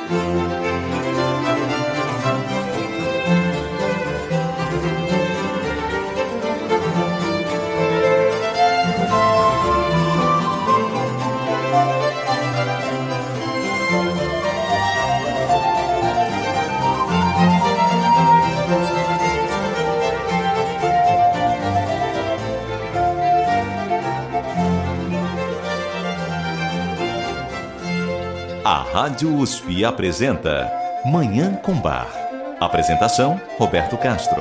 A Rádio USP apresenta Manhã com Bar. Apresentação, Roberto Castro.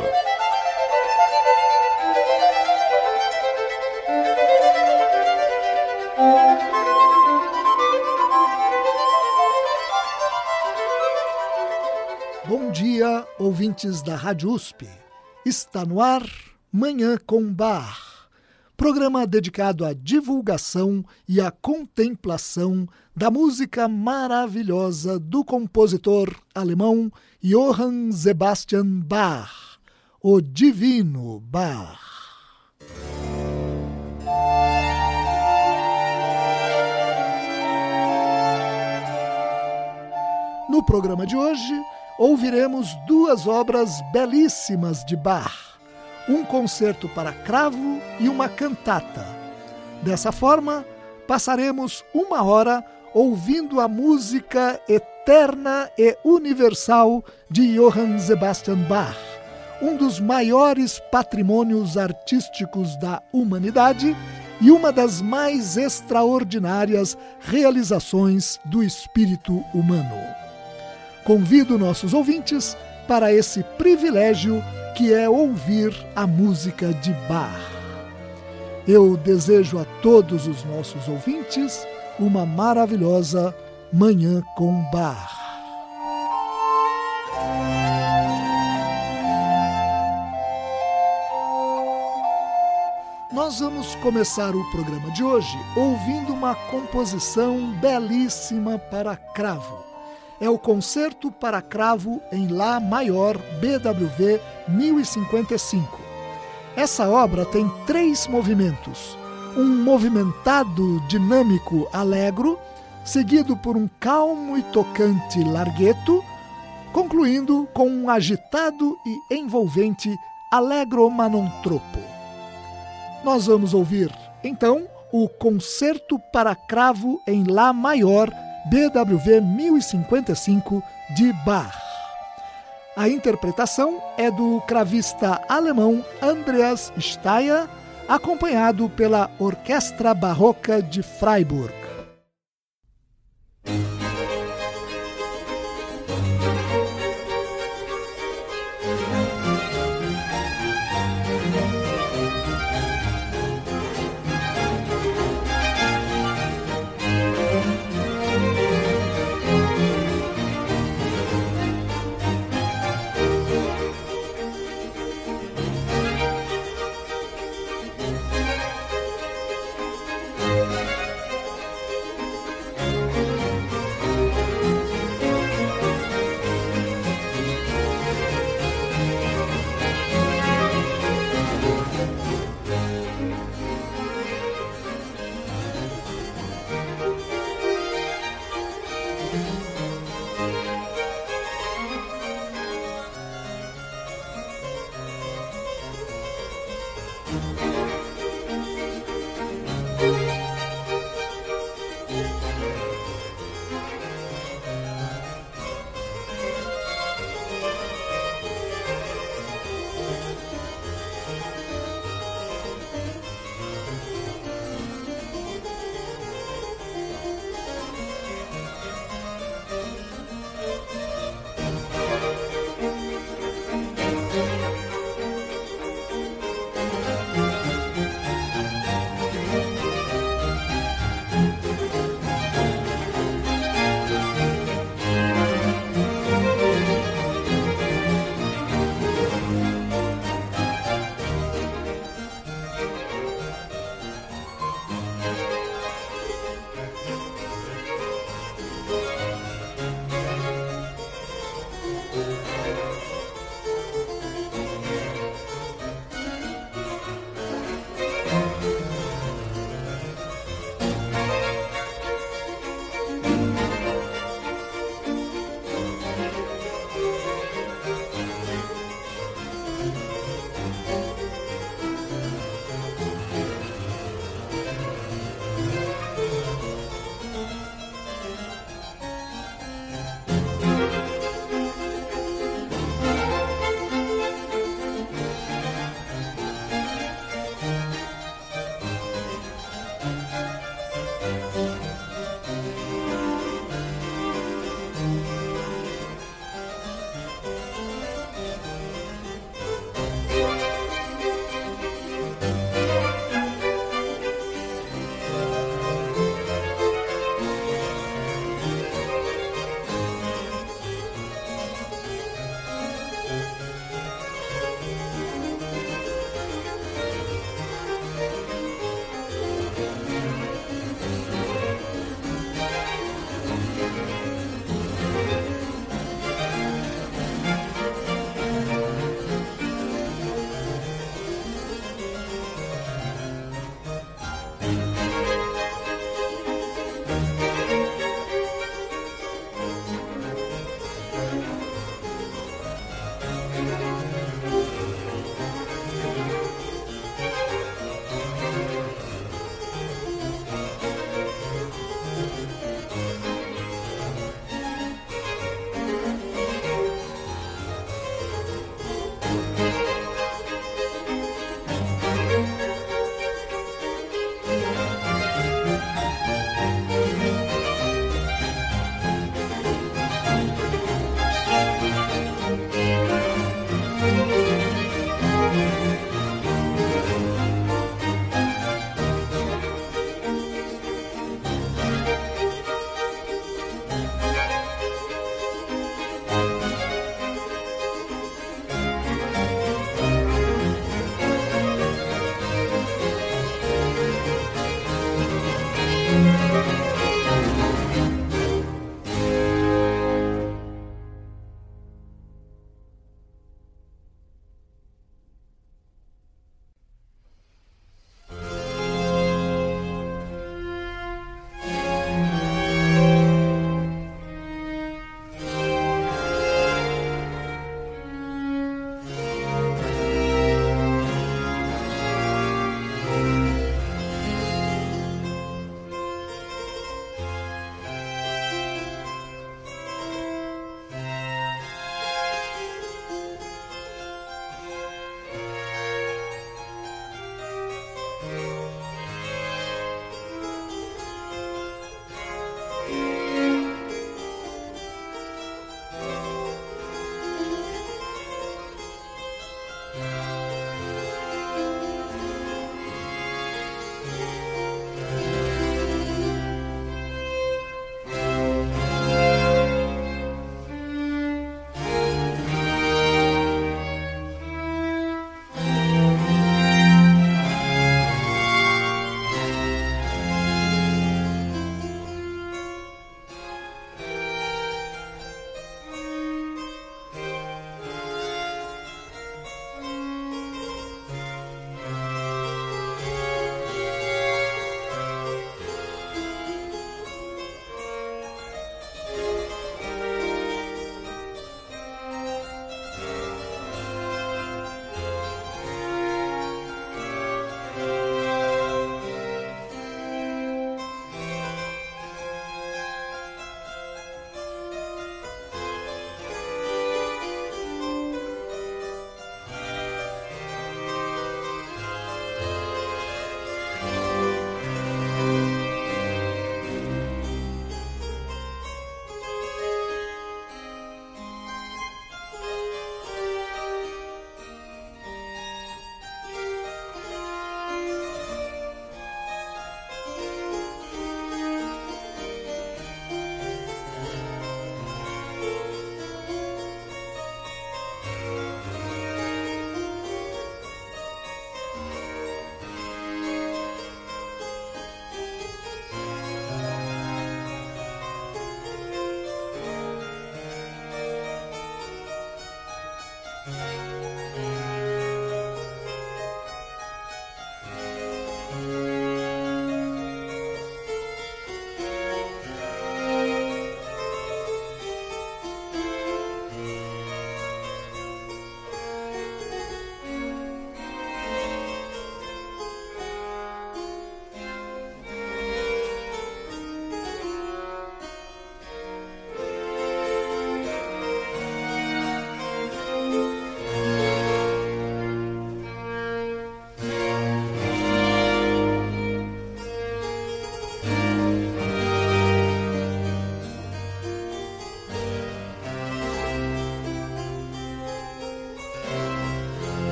Bom dia, ouvintes da Rádio USP. Está no ar Manhã com Bar, programa dedicado à divulgação e à contemplação da música maravilhosa do compositor alemão Johann Sebastian Bach, o Divino Bach. No programa de hoje, ouviremos duas obras belíssimas de Bach, um concerto para cravo e uma cantata. Dessa forma, passaremos uma hora ouvindo a música eterna e universal de Johann Sebastian Bach, um dos maiores patrimônios artísticos da humanidade e uma das mais extraordinárias realizações do espírito humano. Convido nossos ouvintes para esse privilégio que é ouvir a música de Bach. Eu desejo a todos os nossos ouvintes uma maravilhosa Manhã com Bach. Nós vamos começar o programa de hoje ouvindo uma composição belíssima para cravo. É o Concerto para Cravo em Lá Maior, BWV 1055. Essa obra tem 3 movimentos. Um movimentado, dinâmico, allegro, seguido por um calmo e tocante larghetto, concluindo com um agitado e envolvente allegro ma non troppo. Nós vamos ouvir, então, o Concerto para Cravo em Lá Maior, BWV 1055, de Bach. A interpretação é do cravista alemão Andreas Steyr, acompanhado pela Orquestra Barroca de Freiburg.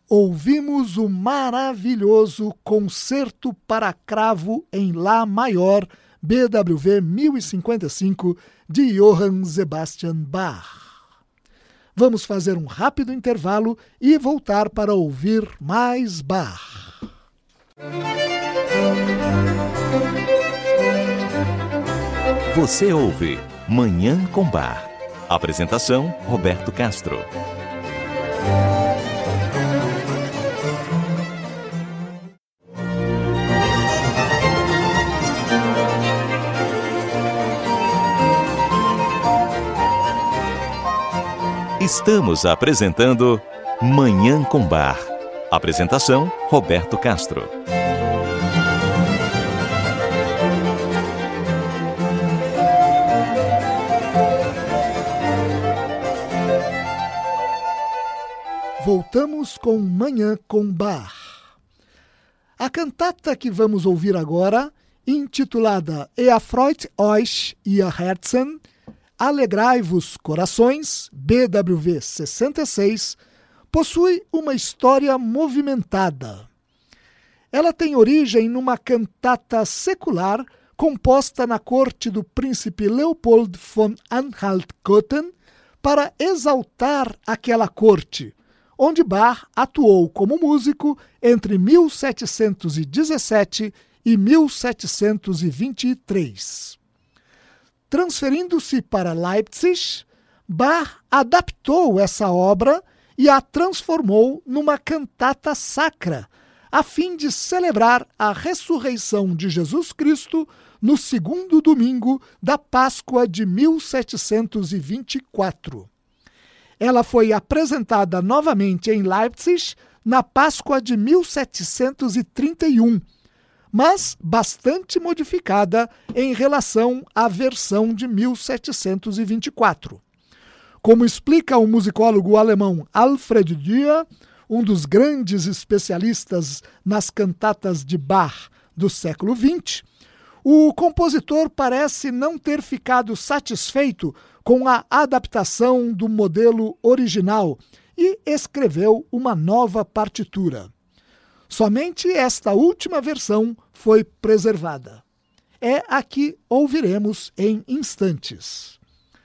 Ouvimos o maravilhoso Concerto para Cravo em Lá Maior, BWV 1055, de Johann Sebastian Bach. Vamos fazer um rápido intervalo e voltar para ouvir mais Bach. Você ouve Manhã com Bar. Apresentação, Roberto Castro. Estamos apresentando Manhã com Bar. Apresentação, Roberto Castro. Voltamos com Manhã com Bach. A cantata que vamos ouvir agora, intitulada Erfreut euch, ihr Herzen, Alegrai-vos Corações, BWV 66, possui uma história movimentada. Ela tem origem numa cantata secular composta na corte do príncipe Leopold von Anhalt-Köthen para exaltar aquela corte, onde Bach atuou como músico entre 1717 e 1723. Transferindo-se para Leipzig, Bach adaptou essa obra e a transformou numa cantata sacra, a fim de celebrar a ressurreição de Jesus Cristo no segundo domingo da Páscoa de 1724. Ela foi apresentada novamente em Leipzig na Páscoa de 1731, mas bastante modificada em relação à versão de 1724. Como explica o musicólogo alemão Alfred Dürer, um dos grandes especialistas nas cantatas de Bach do século XX, o compositor parece não ter ficado satisfeito com a adaptação do modelo original e escreveu uma nova partitura. Somente esta última versão foi preservada. É a que ouviremos em instantes.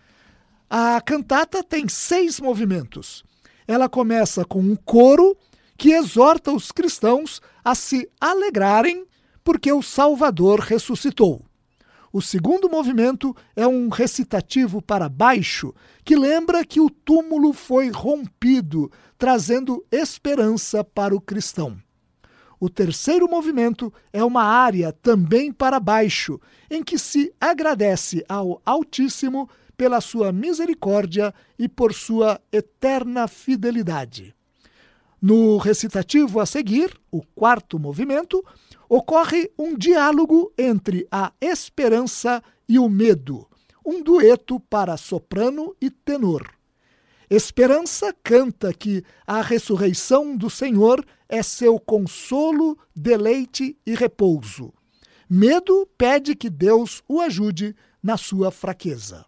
A cantata tem 6 movimentos. Ela começa com um coro que exorta os cristãos a se alegrarem porque o Salvador ressuscitou. O segundo movimento é um recitativo para baixo, que lembra que o túmulo foi rompido, trazendo esperança para o cristão. O terceiro movimento é uma área também para baixo, em que se agradece ao Altíssimo pela sua misericórdia e por sua eterna fidelidade. No recitativo a seguir, o quarto movimento, ocorre um diálogo entre a esperança e o medo, um dueto para soprano e tenor. Esperança canta que a ressurreição do Senhor é seu consolo, deleite e repouso. Medo pede que Deus o ajude na sua fraqueza.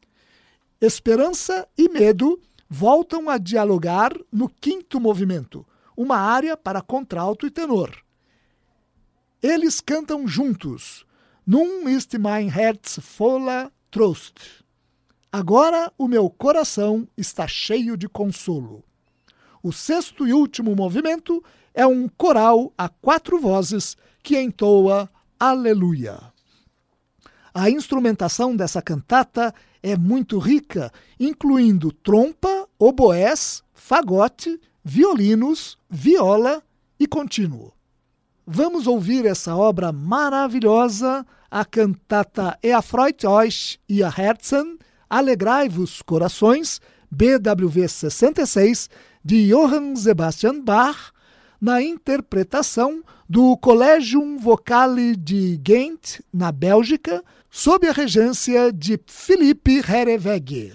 Esperança e medo voltam a dialogar no quinto movimento, uma área para contralto e tenor. Eles cantam juntos, Nun ist mein Herz voller Trost. Agora o meu coração está cheio de consolo. O sexto e último movimento é um coral a 4 vozes que entoa Aleluia. A instrumentação dessa cantata é muito rica, incluindo trompa, oboés, fagote, violinos, viola e contínuo. Vamos ouvir essa obra maravilhosa, a cantata Erfreut euch, ihr Herzen, Alegrai-vos Corações, BWV 66, de Johann Sebastian Bach, na interpretação do Collegium Vocale de Ghent, na Bélgica, sob a regência de Philippe Herreweghe.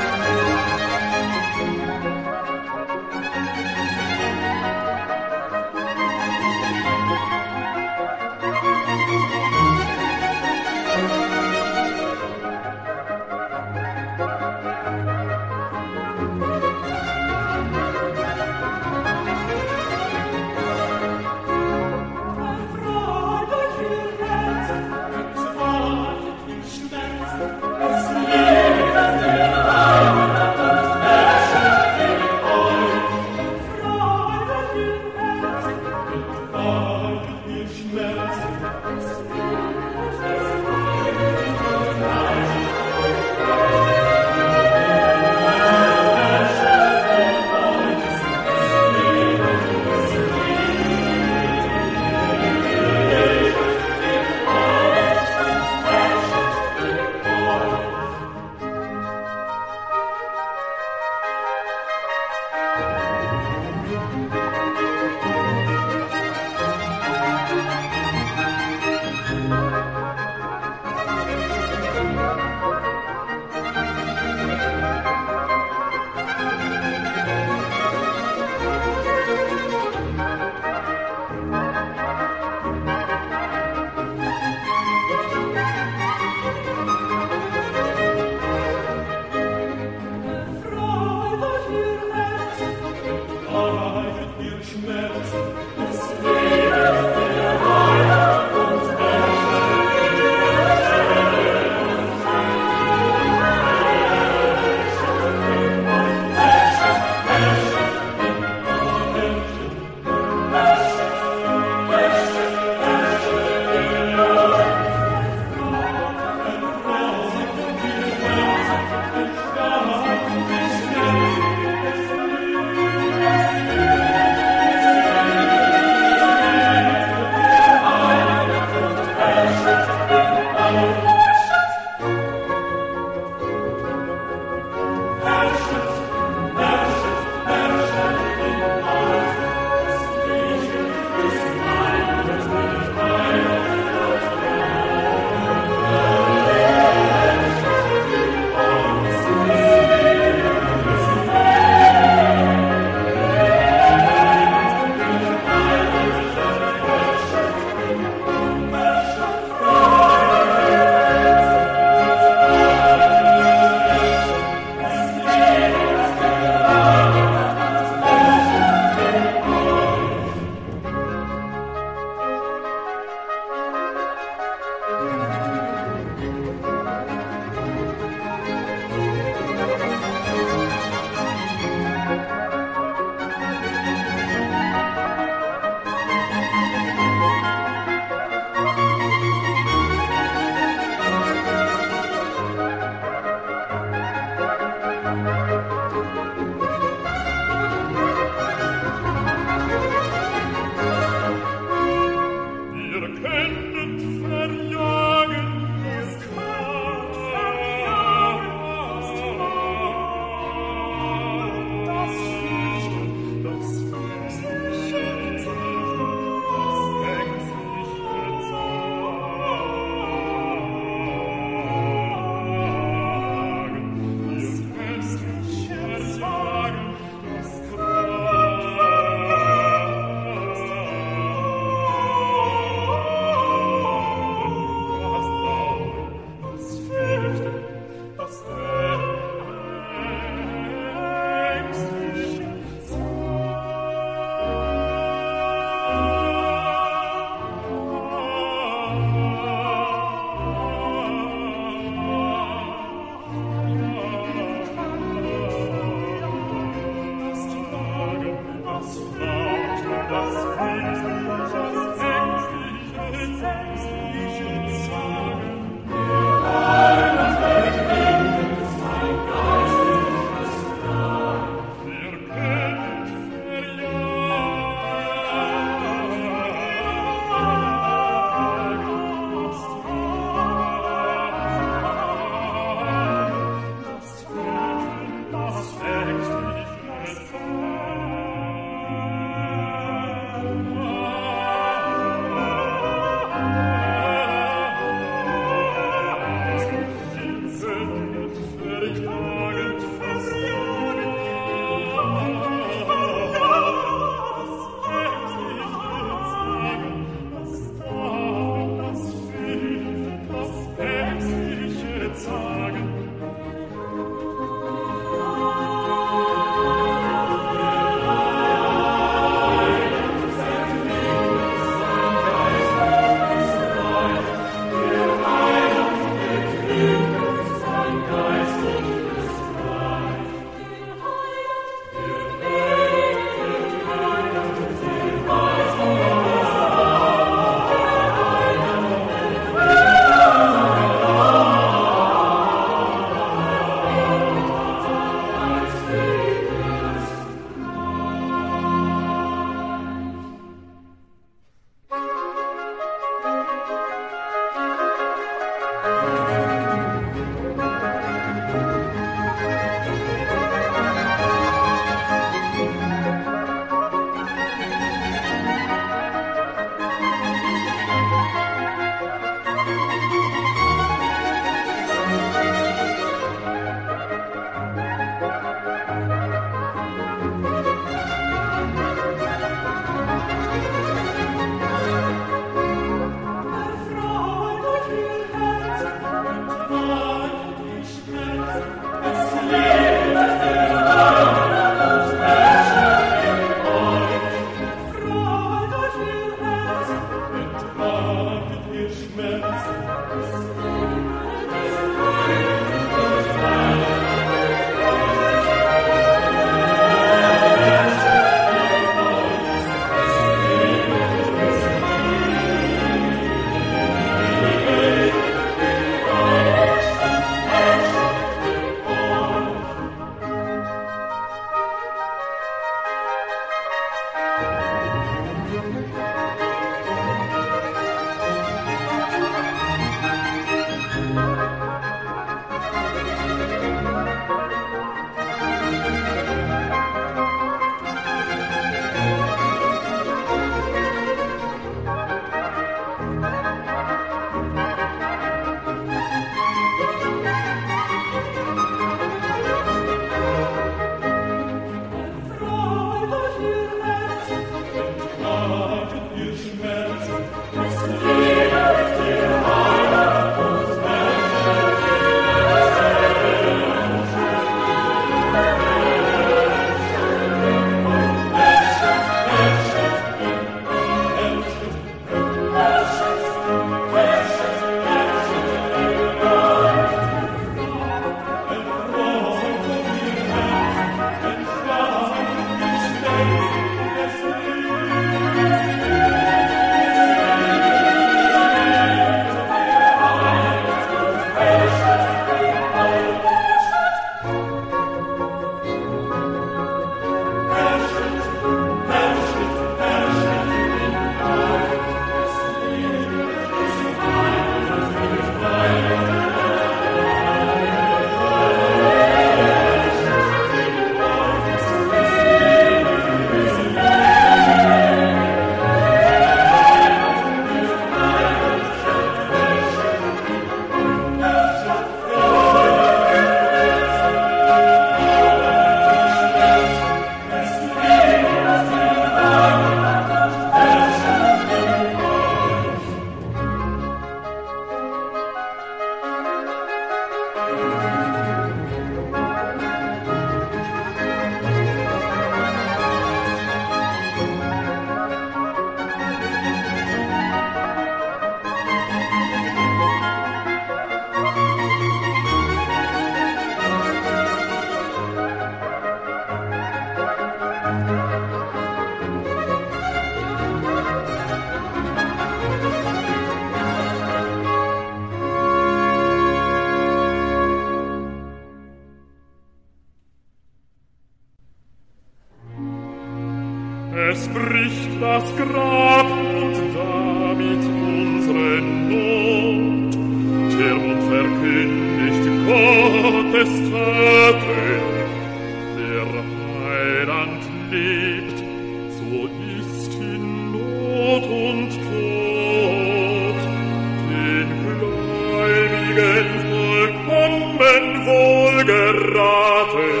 das Grab und damit unsere Not. Der Mund verkündigt Gottes Taten, der Heiland lebt, so ist in Not und Tod den Gläubigen vollkommen wohlgeraten.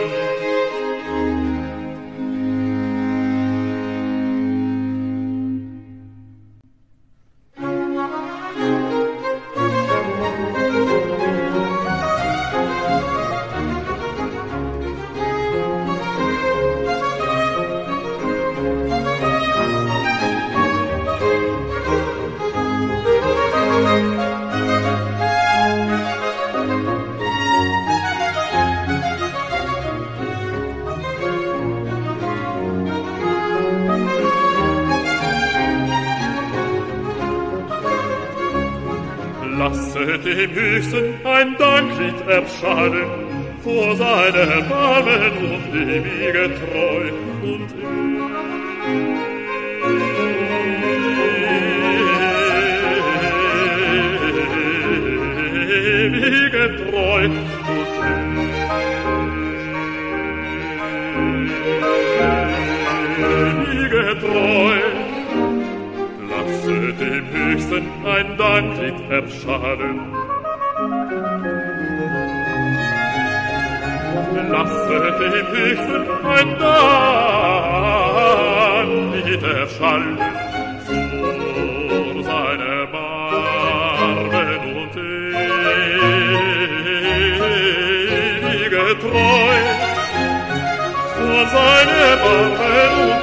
Lasset dem Höchsten ein Danklied erschallen vor seinem Armen und ewige Treu und ewige Treu und ewige Treu. Lasset dem Höchsten ein Danklied erschallen. Lasset dem Höchsten ein Danklied erschallen vor seinem Armen und ewige Treu, vor seinem Armen und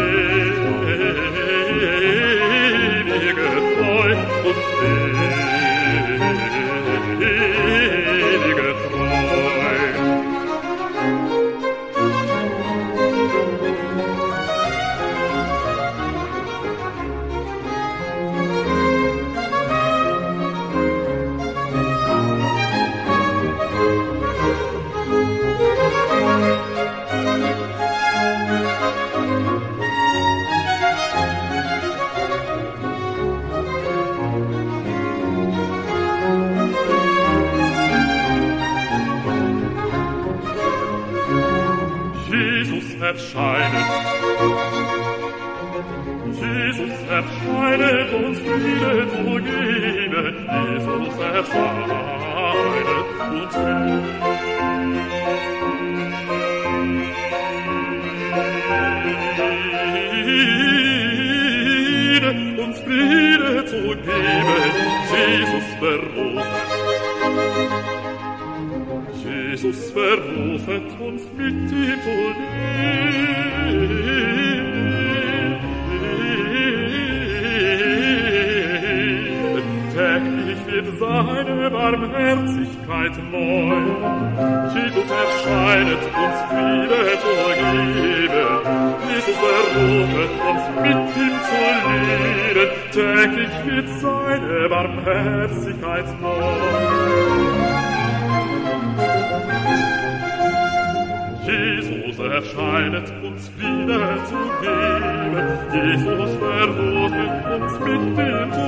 ewige Treu und ewige Treu. Jesus erscheinet uns Friede zu geben. Jesus erscheinet uns Friede zu geben. Jesus verrufet uns mit ihm zu leben. Täglich wird seine Barmherzigkeit neu. Jesus erscheinet uns Friede zu geben. Jesus verrufet uns mit ihm zu leben. Täglich wird seine Barmherzigkeit neu. Jesus erscheinet uns Friede zu geben. Jesus verrufet uns mit ihm zu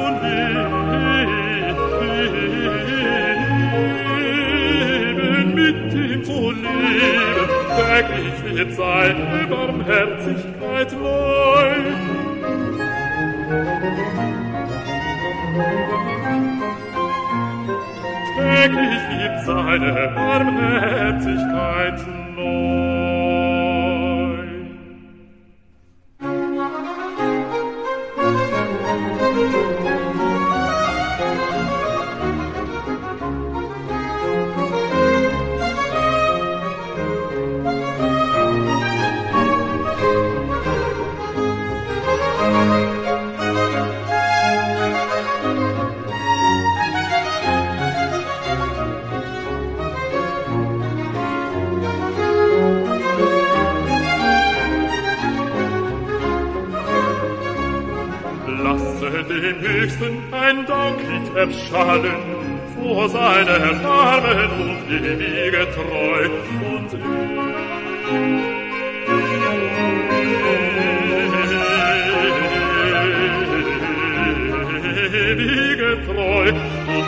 leben, mit ihm zu leben. Täglich wird seine Barmherzigkeit neu. Täglich wird seine Barmherzigkeit neu. Dem Höchsten ein Danklied erschallen vor seinen Armen und ewige Treu und treu und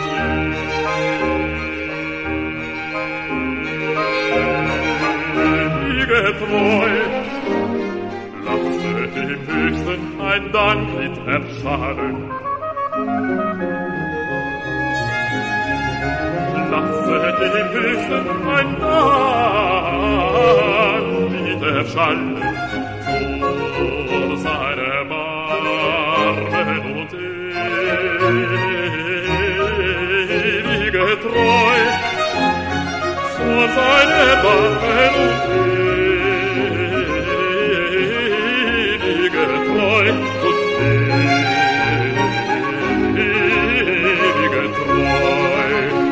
ewige Treu. Lasset dem Höchsten ein Danklied erschallen. Lasset dem Höchsten ein Danklied erschallen. Vor seine Barmen und ewige Treu. Vor seine Barmen und ewige Treu und ewige Treu.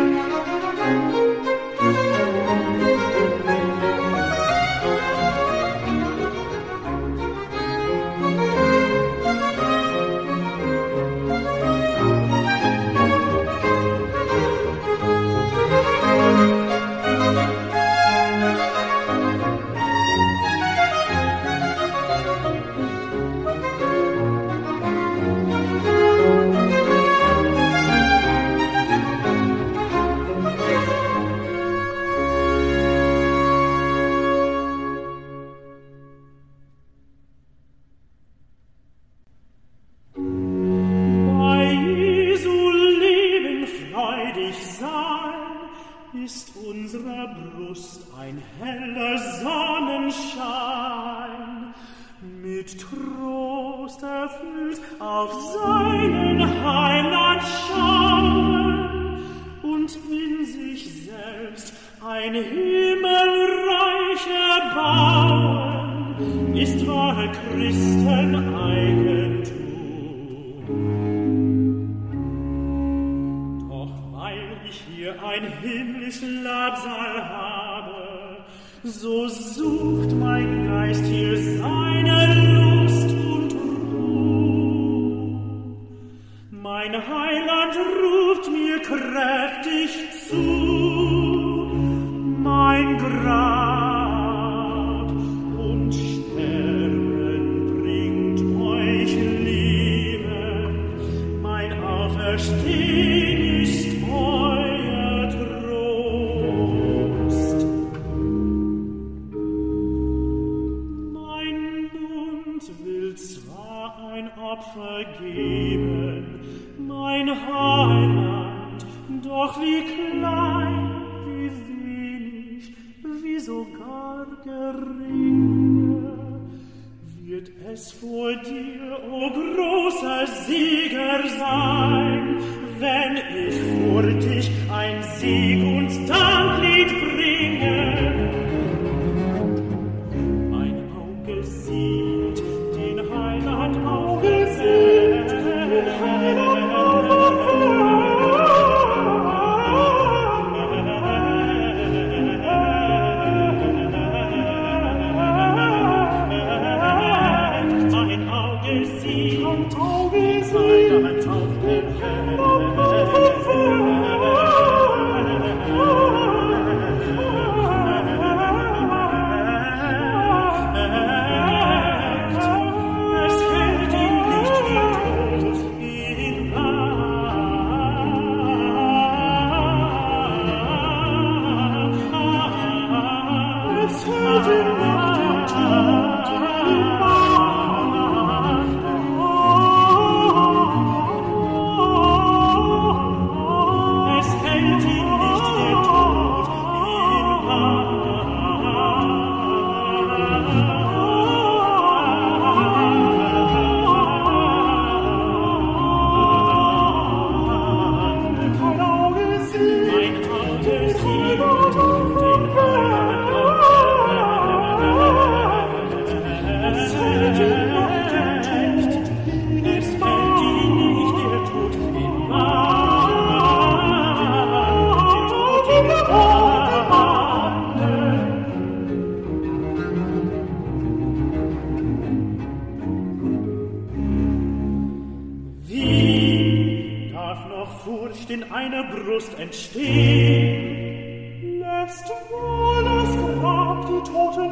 Lässt wohl das Grab die Toten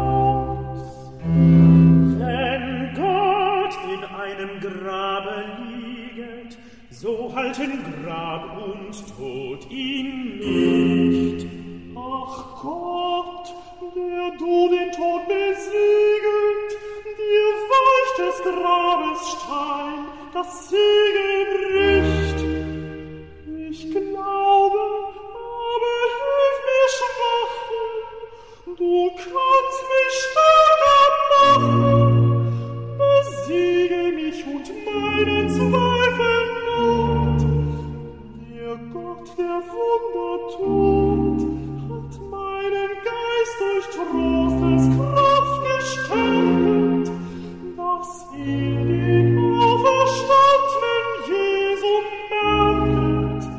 aus, wenn Gott in einem Grabe lieget, so halten Grab und Tod ihn nicht. Ach Gott, der du den Tod besiegelt, dir weicht des Grabes Stein, das Siegel bricht. Ich glaube, aber hilf mir Schwachen, du kannst mich stärker machen. Besiege mich und meinen Zweifel not. Der Gott, der Wunder tut, hat meinen Geist durch Trosteskraft gestärkt, dass er den auferstandenen Jesu merket.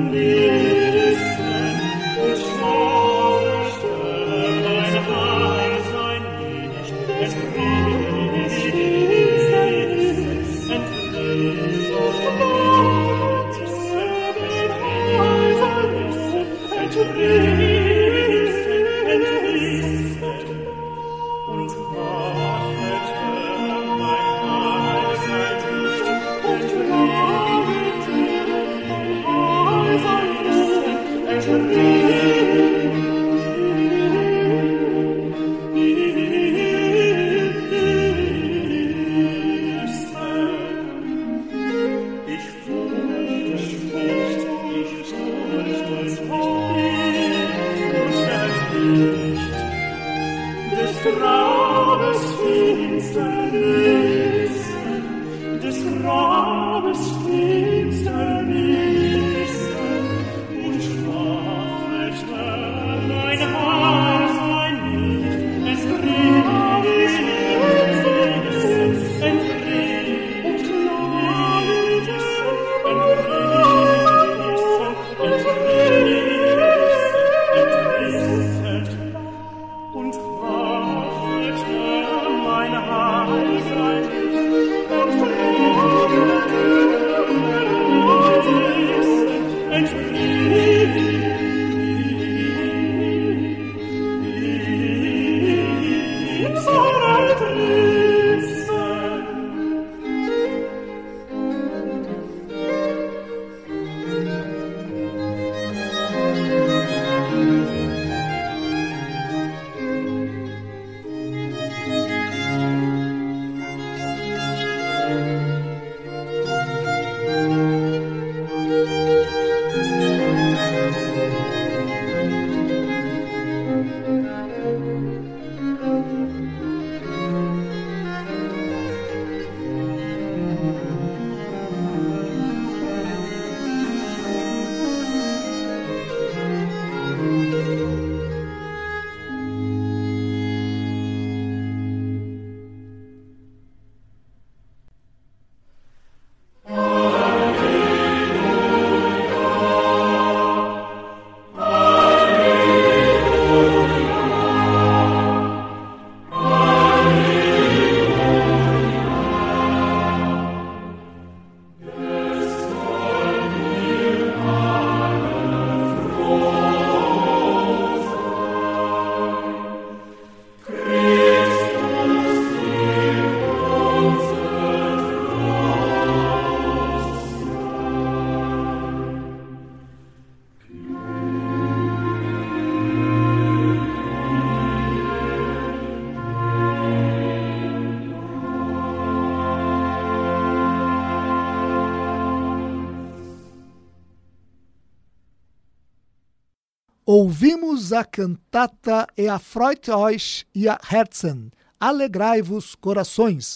Ouvimos a cantata Erfreut euch ihr Herzen, Alegrai-vos corações,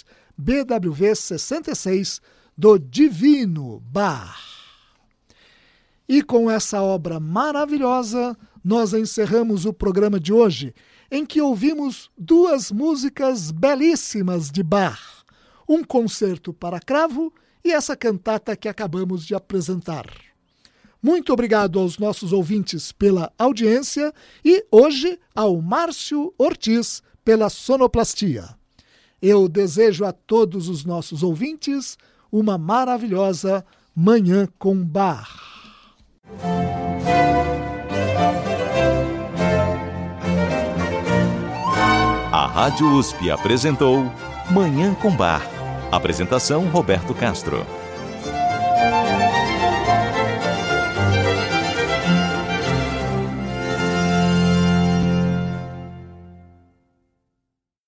BWV 66, do Divino Bach. E com essa obra maravilhosa, nós encerramos o programa de hoje, em que ouvimos duas músicas belíssimas de Bach, um concerto para cravo e essa cantata que acabamos de apresentar. Muito obrigado aos nossos ouvintes pela audiência e hoje ao Márcio Ortiz pela sonoplastia. Eu desejo a todos os nossos ouvintes uma maravilhosa Manhã com Bach. A Rádio USP apresentou Manhã com Bach. Apresentação Roberto Castro.